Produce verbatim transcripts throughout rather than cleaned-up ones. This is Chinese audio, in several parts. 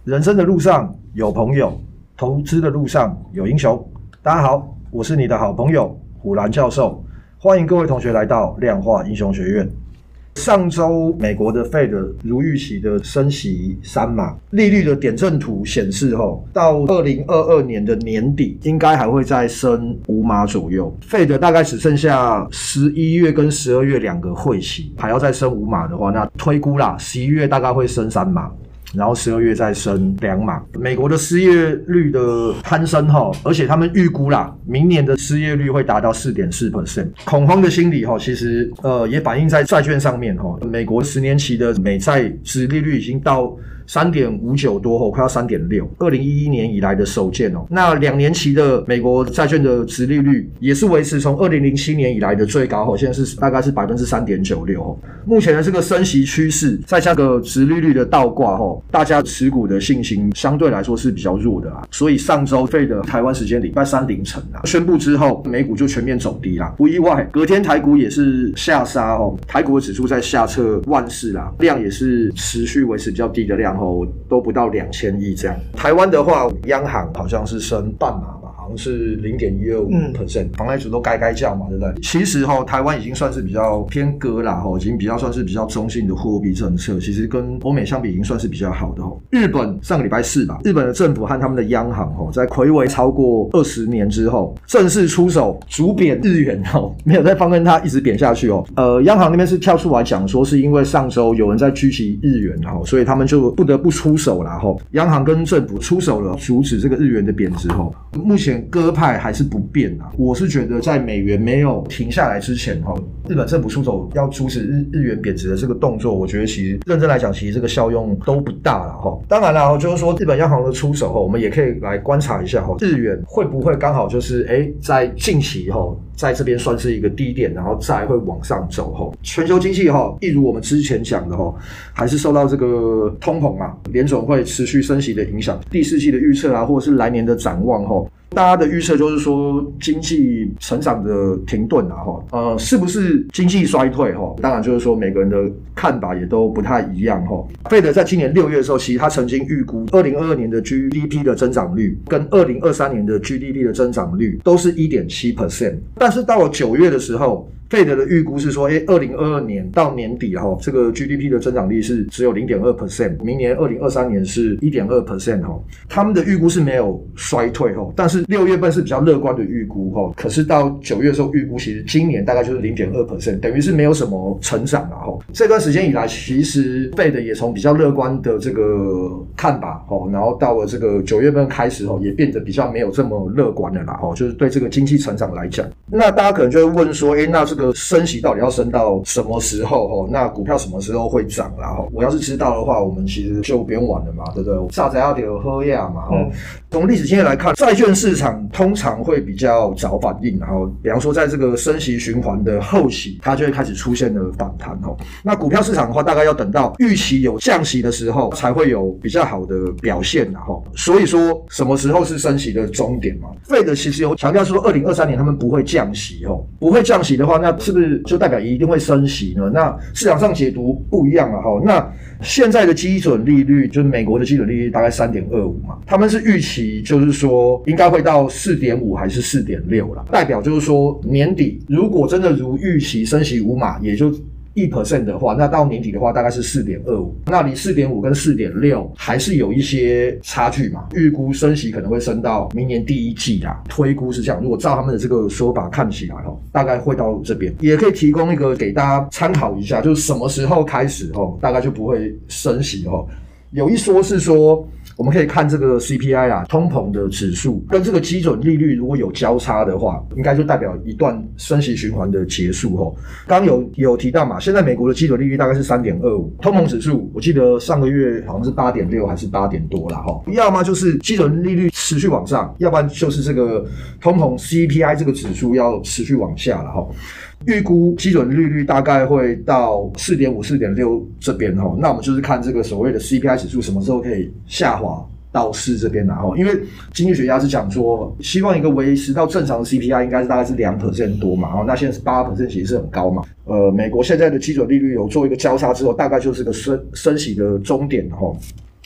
人生的路上有朋友，投资的路上有英雄。大家好，我是你的好朋友虎兰教授，欢迎各位同学来到量化英雄学院。上周美国的 Fed 如预期的升息三码，利率的点阵图显示后，到二零二二年的年底应该还会再升五码左右。Fed 大概只剩下十一月跟十二月两个会期，还要再升五码的话，那推估啦，十一月大概会升三码。然后十二月再升两码，美国的失业率的攀升哈，而且他们预估啦，明年的失业率会达到 百分之四点四， 恐慌的心理哈，其实呃也反映在债券上面哈，美国十年期的美债殖利率已经到 三点五九 多后，快要 三点六， 二零一一年以来的首见哦。那两年期的美国债券的殖利率也是维持从二零零七年以来的最高哦，现在是大概是 百分之三点九六 哦。目前的这个升息趋势，再加个殖利率的倒挂哦，大家持股的信心相对来说是比较弱的啦。所以上周费的台湾时间礼拜三凌晨啊宣布之后，美股就全面走低啦，不意外。隔天台股也是下杀哦，台股的指数在下测万四啦，量也是持续维持比较低的量。都不到两千亿这样。台湾的话，央行好像是升半码吧，好像是 零点一二五 percent， 房贷族都该该叫嘛，对不对？其实齁，台湾已经算是比较偏鸽啦，齁，已经比较算是比较中性的货币政策，其实跟欧美相比已经算是比较好的齁。日本上个礼拜四吧，日本的政府和他们的央行齁，在睽违超过二十年之后，正式出手逐贬日元齁，没有再放任它一直贬下去哦。呃，央行那边是跳出来讲说，是因为上周有人在狙击日元齁，所以他们就不得不出手啦齁。央行跟政府出手了，阻止这个日元的贬值齁。目前鸽派还是不变啊，我是觉得在美元没有停下来之前齁，日本政府出手要阻止日日元贬值的这个动作，我觉得其实认真来讲，其实这个效用都不大啦齁。当然啦，就是说日本央行的出手齁，我们也可以来观察一下齁，日元会不会刚好就是哎在近期齁，在这边算是一个低点，然后再会往上走齁。全球经济齁，一如我们之前讲的齁，还是受到这个通膨啊，联总会持续升息的影响，第四季的预测啊，或者是来年的展望齁。大家的预测就是说经济成长的停顿啊齁，呃，是不是经济衰退齁？当然就是说每个人的看法也都不太一样齁。Fed在今年六月的时候，其实他曾经预估二零二二年的 G D P 的增长率跟二零二三年的 G D P 的增长率都是 百分之一点七， 但是到了九月的时候，Fed 的预估是说，诶 ,二零二二年到年底齁，这个 G D P 的增长率是只有 零点二 percent， 明年二零二三年是 百分之一点二 齁。他们的预估是没有衰退齁，但是六月份是比较乐观的预估齁，可是到九月的时候预估其实今年大概就是 零点二 percent， 等于是没有什么成长啦齁。这段时间以来，其实 Fed 也从比较乐观的这个看法齁，然后到了这个九月份开始齁，也变得比较没有这么乐观了啦齁，就是对这个经济成长来讲。那大家可能就会问说，诶那这个升息到底要升到什么时候齁？那股票什么时候会涨啦齁？我要是知道的话，我们其实就不用玩了嘛，对不对？啥子要得喝呀嘛齁。从历史经验来看，债券市场通常会比较早反应，然后比方说在这个升息循环的后期，它就会开始出现了反弹齁。那股票市场的话，大概要等到预期有降息的时候，才会有比较好的表现啦齁。所以说，什么时候是升息的终点嘛 ？Fed 其实有强调说，二零二三年他们不会降息齁，不会降息的话，那是不是就代表一定会升息呢？那市场上解读不一样了齁。那现在的基准利率，就是美国的基准利率大概 三点二五 嘛，他们是预期就是说应该会到 四点五 还是 四点六 啦，代表就是说年底如果真的如预期升息五码，也就百分之一 的话，那到年底的话大概是 四点二五， 那离 四点五 跟 四点六 还是有一些差距嘛。预估升息可能会升到明年第一季啦，推估是这样，如果照他们的这个说法看起来齁，大概会到这边。也可以提供一个给大家参考一下，就是什么时候开始齁，大概就不会升息齁。有一说是说，我们可以看这个 C P I 啦，通膨的指数跟这个基准利率如果有交叉的话，应该就代表一段升息循环的结束齁。刚刚有有提到嘛，现在美国的基准利率大概是 三点二五， 通膨指数我记得上个月好像是 八点六 还是八点多啦齁。要么就是基准利率持续往上，要不然就是这个通膨 C P I 这个指数要持续往下啦齁。预估基准利率大概会到 四点五、四点六 这边齁，那我们就是看这个所谓的 C P I 指数什么时候可以下滑到四这边啦齁，因为经济学家是讲说，希望一个维持到正常的 C P I 应该是大概是 百分之二 多嘛，齁，那现在是 百分之八 其实是很高嘛。呃，美国现在的基准利率有做一个交叉之后，大概就是个升升息的终点齁。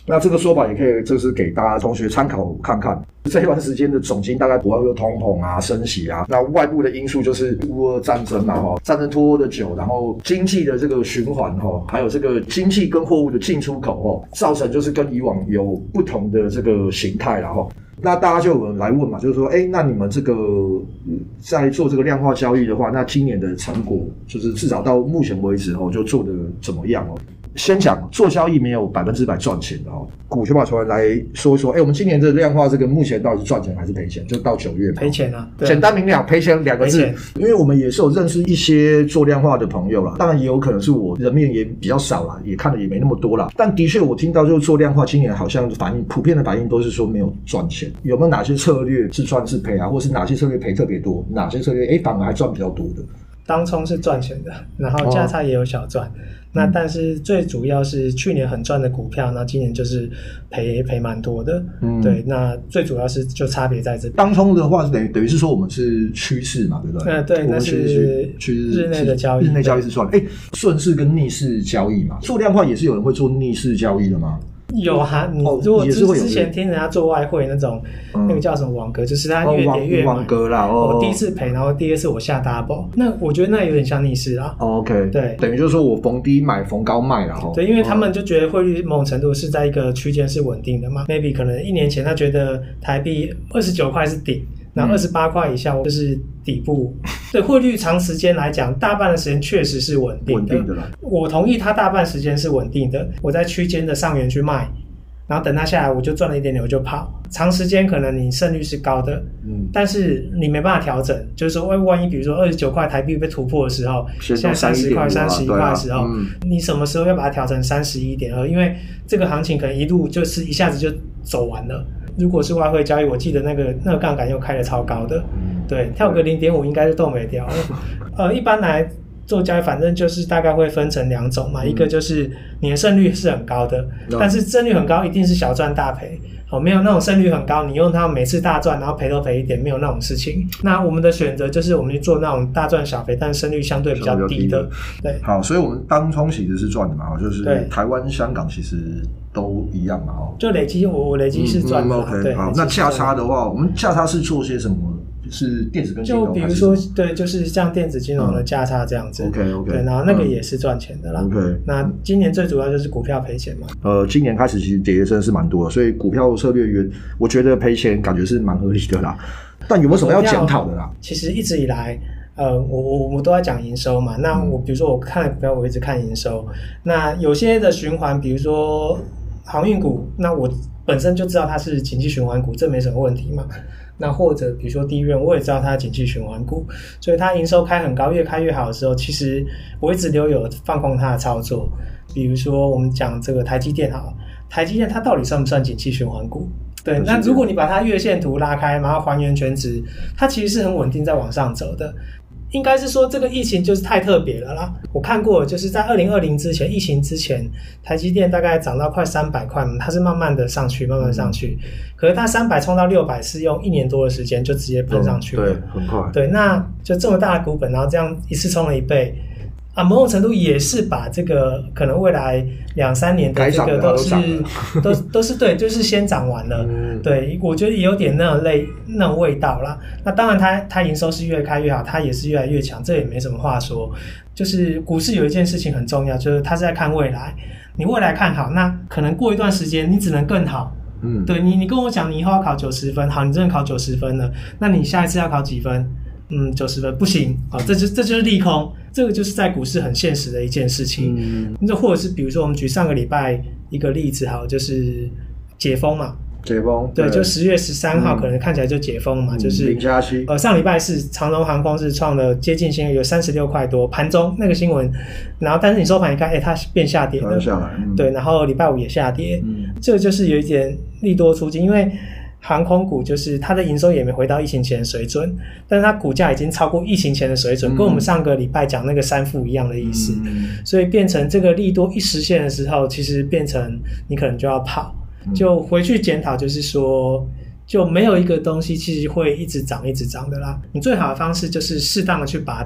那这个说法也可以，就是给大家同学参考看看。这一段时间的总经大概不外乎通膨啊、升息啊，那外部的因素就是乌俄战争嘛，哈，战争拖的久，然后经济的这个循环哈，还有这个经济跟货物的进出口哦，造成就是跟以往有不同的这个形态了哈。那大家就有人来问嘛，就是说，哎，那你们这个在做这个量化交易的话，那今年的成果就是至少到目前为止哦，就做得怎么样哦？先讲做交易没有百分之百赚钱的哦，股学法传来说一说，哎，我们今年这量化这个目前到底是赚钱还是赔钱？就到九月嘛， 赔钱啊， 简单明了，赔钱两个字。因为我们也是有认识一些做量化的朋友啦，当然也有可能是我人面也比较少啦，也看的也没那么多啦，但的确我听到就是做量化今年好像反应普遍的反应都是说没有赚钱，有没有哪些策略是赚是赔啊，或是哪些策略赔特别多，哪些策略哎反而还赚比较多的？ 当冲是赚钱的，然后价差也有小赚、哦、那但是最主要是去年很赚的股票，那今年就是赔赔蛮多的、嗯、对，那最主要是就差别在这边。 当冲的话是等于等于是说我们是趋势嘛，对不对？ 嗯，对，那是日内的交易， 日内交易是算哎顺势跟逆势交易嘛，做量化也是有人会做逆势交易的吗？ 有哈，你如果之前听人家做外汇那种、嗯，那个叫什么网格，就是它越跌越买、哦、 网格啦。哦， 我第一次赔，然后第二次我下 double， 那我觉得那有点像逆势啊。 哦、OK， 对，等于就是说我逢低买，逢高卖啦。 对，因为他们就觉得汇率某种程度是在一个区间是稳定的嘛、嗯、，maybe 可能一年前他觉得台币二十九块是顶。然后二十八块以下就是底部，对汇率长时间来讲，大半的时间确实是稳定的。稳定的啦，我同意它大半时间是稳定的。我在区间的上缘去卖，然后等它下来，我就赚了一点点，我就跑。长时间可能你胜率是高的，嗯，但是你没办法调整，就是说，万一比如说二十九块台币被突破的时候，现在三十块、三十一块的时候、啊嗯，你什么时候要把它调成三十一点二？因为这个行情可能一路就是一下子就走完了。如果是外汇交易，我记得那个那个杠杆又开得超高的，对，跳个 零点五 应该就动没掉。呃，一般来做交易，反正就是大概会分成两种嘛，嗯、一个就是你的胜率是很高的，嗯、但是胜率很高一定是小赚大赔。好，没有那种胜率很高，你用它每次大赚，然后赔都赔一点，没有那种事情。那我们的选择就是我们去做那种大赚小赔，但胜率相对比较低的。对， 好，所以我们当冲其实是赚的嘛，就是台湾、香港其实都一样嘛，哦， 就累积，我我累积是赚的。 嗯嗯、OK， 好，那价差的话，我们价差是做些什么？是电子跟金融， 就比如说，对，就是像电子金融的价差这样子。 嗯、OK OK， 对，然后那个也是赚钱的啦。 OK， 那今年最主要就是股票赔钱嘛。 呃，今年开始其实跌的真的是蛮多的，所以股票策略员，我觉得赔钱感觉是蛮合理的啦。但有没有什么要检讨的啦？ 其实一直以来，呃，我我我都在讲营收嘛。那我比如说我看股票，我一直看营收。那有些的循环，比如说航运股，那我本身就知道它是景气循环股，这没什么问题嘛。那或者比如说低润，我也知道它的景气循环股，所以它营收开很高，越开越好的时候，其实我一直都有放空它的操作。比如说我们讲这个台积电好了，台积电它到底算不算景气循环股？对，那如果你把它月线图拉开，然后还原全值，它其实是很稳定在往上走的。应该是说这个疫情就是太特别了啦。我看过，就是在二零二零之前，疫情之前，台积电大概涨到快三百块，它是慢慢的上去，慢慢上去。可是它三百冲到六百是用一年多的时间就直接喷上去了， 对，很快。对， 那就这么大的股本，然后这样一次冲了一倍。啊，某种程度也是把这个可能未来两三年的这个都是都都是对，就是先涨完了。嗯、对，我觉得也有点那种类那种味道啦。那当然它，它它营收是越开越好，它也是越来越强，这也没什么话说。就是股市有一件事情很重要，就是它是在看未来。你未来看好，那可能过一段时间你只能更好。嗯，对你你跟我讲你以后要考九十分，好，你真的考九十分了，那你下一次要考几分？嗯，九十分不行，好，这就这就是利空，这个就是在股市很现实的一件事情。嗯，那或者是比如说我们举上个礼拜一个例子，好，就是解封嘛， 解封， 对，就十月十三号可能看起来就解封嘛，嗯、就是零加七。 呃，上礼拜是长荣航空是创了接近新有三十六块多，盘中那个新闻，然后但是你收盘一看，哎，它变下跌了， 下来，嗯、 对，然后礼拜五也下跌，嗯，这个就是有一点利多出尽，因为航空股就是它的营收也没回到疫情前的水准，但是它股价已经超过疫情前的水准，嗯、跟我们上个礼拜讲那个三负一样的意思，嗯，所以变成这个利多一实现的时候，其实变成你可能就要跑，就回去检讨，就是说就没有一个东西其实会一直涨一直涨的啦。你最好的方式就是适当的去拔档，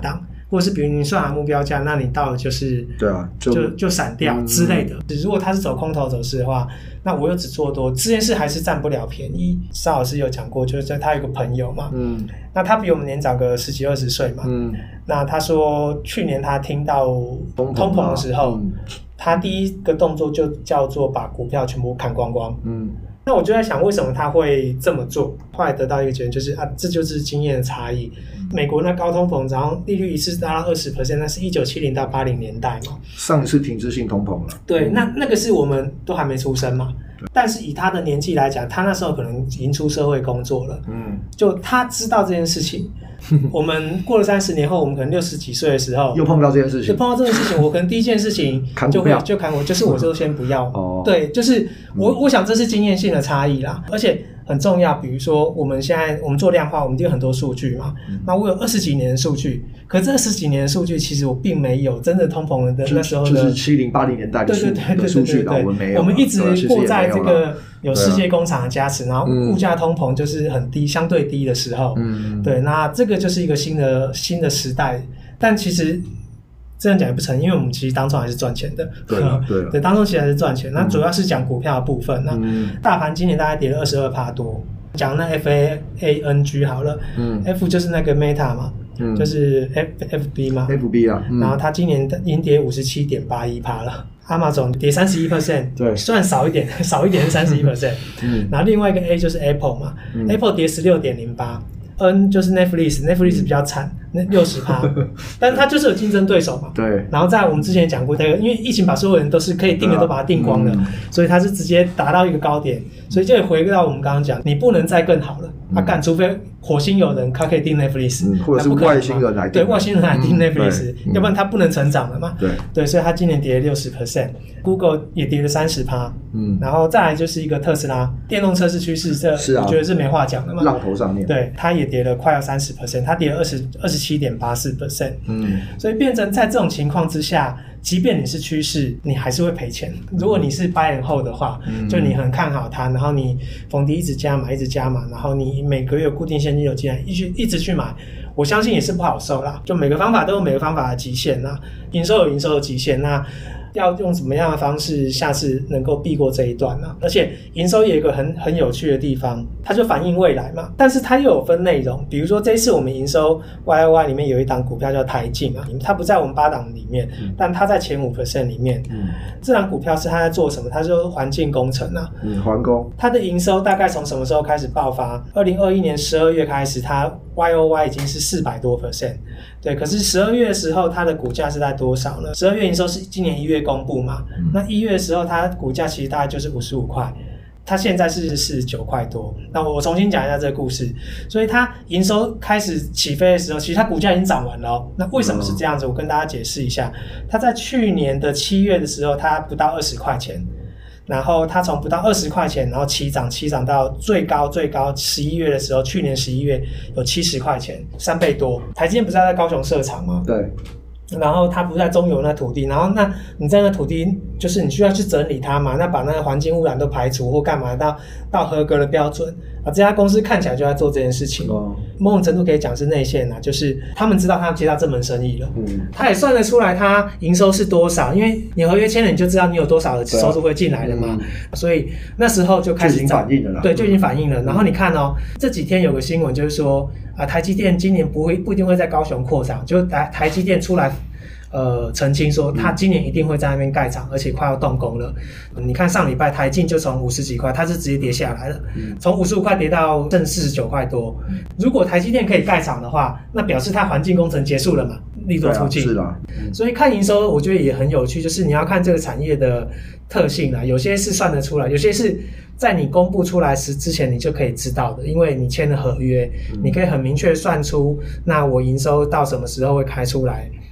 或者是比如你算好目标价，那你到了就是对啊，就就就闪掉之类的。嗯、如果他是走空头走势的话，那我又只做多，这件事还是占不了便宜。邵老师有讲过，就是他有个朋友嘛，嗯，那他比我们年长个十几二十岁嘛，嗯，那他说去年他听到通膨的时候，嗯、他第一个动作就叫做把股票全部砍光光，嗯。那我就在想，为什么他会这么做？后来得到一个结论，就是啊，这就是经验的差异。美国那高通膨，然后利率一次达到二十 percent， 那是一九七零到八零年代嘛。 上一次停滞性通膨了。 对，那那个是我们都还没出生嘛。但是以他的年纪来讲，他那时候可能已经出社会工作了。嗯，就他知道这件事情。我们过了三十年后，我们可能六十几岁的时候， 又碰到这件事情， 就碰到这件事情，我可能第一件事情就会就砍我，就是我就先不要。哦，对，就是我、嗯、我想这是经验性的差异啦，而且很重要。比如说我们现在我们做量化，我们有很多数据嘛，嗯、那我有二十几年的数据，可这二十几年的数据其实我并没有真的通膨的那时候的， 就是七零八零年代的数据，对对对对对对对，我们没有， 我们一直过在这个有世界工厂的加持，然后物价通膨就是很低，相对低的时候，嗯，对，那这个就是一个新的新的时代，但其实这样讲也不成，因为我们其实当中还是赚钱的， 对对对，当中其实还是赚钱。那主要是讲股票的部分，那大盘今年大概跌了二十二趴多，讲那 F A A N G 好了，嗯 ，F 就是那个 Meta 嘛。嗯、就是 F F B 嘛 ，F B 啊，嗯、 然后它今年已经跌五十七点八一趴了。Amazon 跌三十一 percent， 对，算少一点，少一点是三十一 percent。嗯，然后另外一个 A 就是 Apple 嘛、嗯、，Apple 跌十六点零八。N 就是 Netflix，Netflix 比较惨，那六十趴，但是它就是有竞争对手嘛。 对。 然后在我们之前讲过，因为疫情把所有人都是可以订的都把它订光了，嗯、所以它是直接达到一个高点，所以就回到我们刚刚讲，你不能再更好了。他、嗯、干、啊，除非火星有人他可以订 Netflix，、嗯、 或者是外星人来订， 对，外星人来订 Netflix，、嗯、要不然它不能成长了嘛。 对。 对，所以它今年跌了六十 percent，Google 也跌了三十趴。嗯。然后再来就是一个特斯拉，电动车是趋势，这我觉得是没话讲的嘛。 浪头上面。 对，它也跌了快要三十 percent， 它跌了二十二十七点八四 percent。嗯。所以变成在这种情况之下，即便你是趋势，你还是会赔钱。如果你是 buy and hold 的话，嗯、就你很看好它，然后你逢低一直加码，一直加码，然后你每个月有固定现金流进来，一直一直去买，我相信也是不好受啦。就每个方法都有每个方法的极限啦，营收有营收的极限，那要用什么样的方式下次能够避过这一段呢？而且营收也有一个很很有趣的地方，它就反映未来嘛，但是它又有分内容，比如说这一次我们营收 Y O Y 里面有一档股票叫台镜啊，它不在我们八档里面，嗯、但它在前 百分之五 里面。嗯、这档股票是它在做什么？它就是环境工程啊， 嗯，环工。 它的营收大概从什么时候开始爆发？二零二一年十二月开始，它 Y O Y 已经是四百多 percent。对，可是十二月的时候，它的股价是在多少呢？十二月营收是今年一月公布嘛，嗯、那一月的时候，它股价其实大概就是五十五块，它现在是四十九块多。那我重新讲一下这个故事，所以它营收开始起飞的时候，其实它股价已经涨完了哦。那为什么是这样子？我跟大家解释一下，它在去年的七月的时候，它不到二十块钱。然后它从不到二十块钱，然后起涨起涨到最高最高十一月的时候，去年十一月有七十块钱，三倍多。台积电不是在高雄设厂吗？ 对。 然后它不是在中油那土地，然后那你在那土地就是你需要去整理它嘛，那把那个环境污染都排除或干嘛到到合格的标准啊，这家公司看起来就在做这件事情。哦，某种程度可以讲是内线啊，就是他们知道他们接到这门生意了，嗯，他也算得出来他营收是多少，因为你合约签了你就知道你有多少的收入会进来了嘛，嗯、所以那时候就开始就已经反映了啦， 对，就已经反映了。嗯、然后你看哦，这几天有个新闻就是说啊，台积电今年不会不一定会在高雄扩厂，就台台积电出来。呃，澄清说他今年一定会在那边盖厂，而且快要动工了。你看上礼拜台镜就从五十几块，它是直接跌下来了，从五十五块跌到剩四十九块多。如果台积电可以盖厂的话，那表示它环境工程结束了嘛，利多出尽。 是啦， 所以看营收，我觉得也很有趣，就是你要看这个产业的特性啦，有些是算得出来，有些是在你公布出来时之前你就可以知道的，因为你签了合约，你可以很明确算出，那我营收到什么时候会开出来。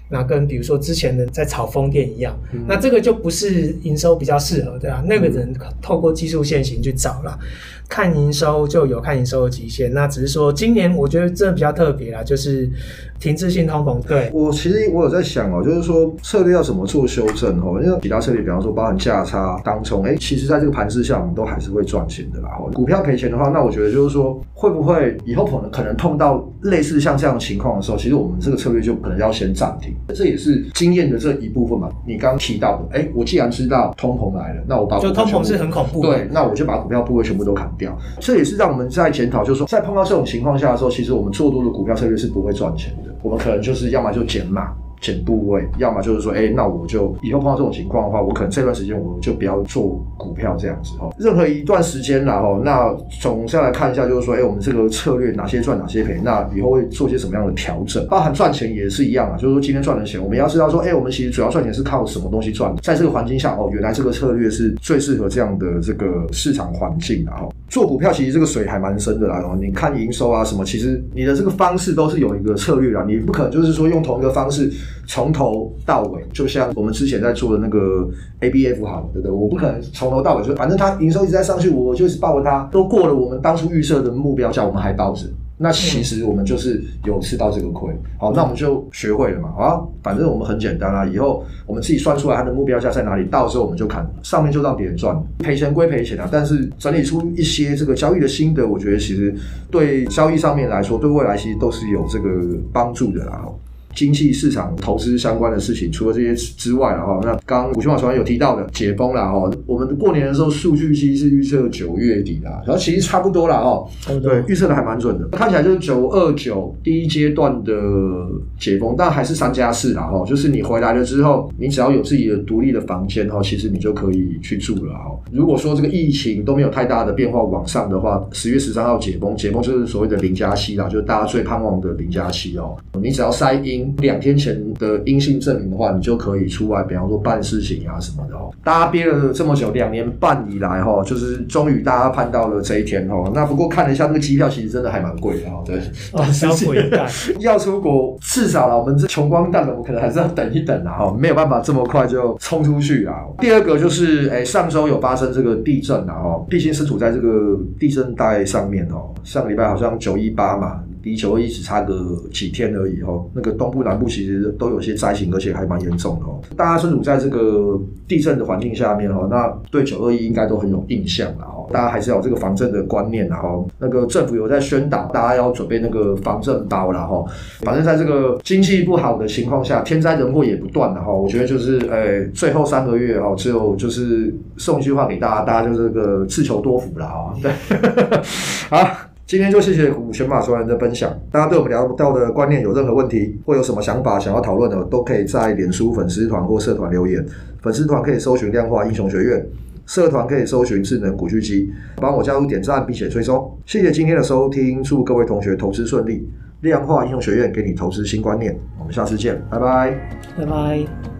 那跟比如说之前的在炒风电一样，嗯、那这个就不是营收比较适合的啊，那个人透过技术线型去找啦。看营收就有看营收的极限，那只是说今年我觉得真的比较特别啦，就是停滞性通膨。对， 我其实我有在想哦，就是说策略要怎么做修正哦，因为其他策略，比方说包含价差、当冲，哎，其实在这个盘势下我们都还是会赚钱的啦。股票赔钱的话，那我觉得就是说会不会以后可能可能碰到类似像这样的情况的时候，其实我们这个策略就可能要先暂停，这也是经验的这一部分嘛。你刚刚提到的，哎，我既然知道通膨来了，那我把就通膨是很恐怖的， 对，那我就把股票部位全部都砍掉。这也是让我们在检讨，就是说在碰到这种情况下的时候，其实我们做多的股票策略是不会赚钱的。我们可能就是要么就减码、减部位，要么就是说，哎，那我就以后碰到这种情况的话，我可能这段时间我就不要做股票这样子哦。任何一段时间啦哦，那总下来看一下，就是说，哎，我们这个策略哪些赚，哪些赔，那以后会做些什么样的调整？包含赚钱也是一样啊，就是说今天赚的钱，我们要知道说，哎，我们其实主要赚钱是靠什么东西赚的？在这个环境下，哦，原来这个策略是最适合这样的这个市场环境啊。哦，做股票其实这个水还蛮深的啦哦，你看营收啊什么，其实你的这个方式都是有一个策略啦，你不可能就是说用同一个方式从头到尾，就像我们之前在做的那个 A B F 好了，对不对？我不可能从头到尾就反正它营收一直在上去，我就是抱着它，都过了我们当初预设的目标价，我们还抱着。那其实我们就是有吃到这个亏，好，那我们就学会了嘛，好，反正我们很简单啦，以后我们自己算出来它的目标价在哪里，到时候我们就看上面就让别人赚，赔钱归赔钱啊，但是整理出一些这个交易的心得，我觉得其实对交易上面来说，对未来其实都是有这个帮助的啦。经济市场投资相关的事情，除了这些之外了哈，那刚刚股讯网传有提到的解封了哈，我们过年的时候数据其实是预测九月底啦，然后其实差不多了哈，对，预测的还蛮准的，看起来就是九二九第一阶段的解封，但还是三加四啦哈，就是你回来了之后，你只要有自己的独立的房间哈，其实你就可以去住了哈。如果说这个疫情都没有太大的变化往上的话，十月十三号解封，解封就是所谓的零加七啦，就是大家最盼望的零加七哦，你只要筛阴。两天前的阴性证明的话，你就可以出来，比方说办事情啊什么的哦。大家憋了这么久，两年半以来哈，就是终于大家盼到了这一天哈。那不过看了一下那个机票，其实真的还蛮贵的哈。对， 哦，小鬼蛋， 要出国至少啦，我们这穷光蛋的，我们可能还是要等一等啦哈，没有办法这么快就冲出去啦。第二个就是，哎，上周有发生这个地震啦哈，毕竟身处在这个地震带上面哦。上个礼拜好像九一八嘛。离九二一只差个几天而已哦，那个东部南部其实都有些灾情，而且还蛮严重的哦。大家身处在这个地震的环境下面哦，那对九二一应该都很有印象啦哦。大家还是要有这个防震的观念啦哦。那个政府有在宣导，大家要准备那个防震包啦哦。反正在这个经济不好的情况下，天灾人祸也不断啦哦。我觉得就是呃，最后三个月哦，只有就是送一句话给大家，大家就是这个自求多福啦哦。对，好。今天就谢谢股权马传人的分享，大家对我们聊到的观念有任何问题或有什么想法想要讨论的，都可以在脸书粉丝团或社团留言。粉丝团可以搜寻量化英雄学院，社团可以搜寻智能股巨基，帮我加入点赞并且追踪。谢谢今天的收听，祝各位同学投资顺利。量化英雄学院给你投资新观念，我们下次见，拜拜， 拜拜。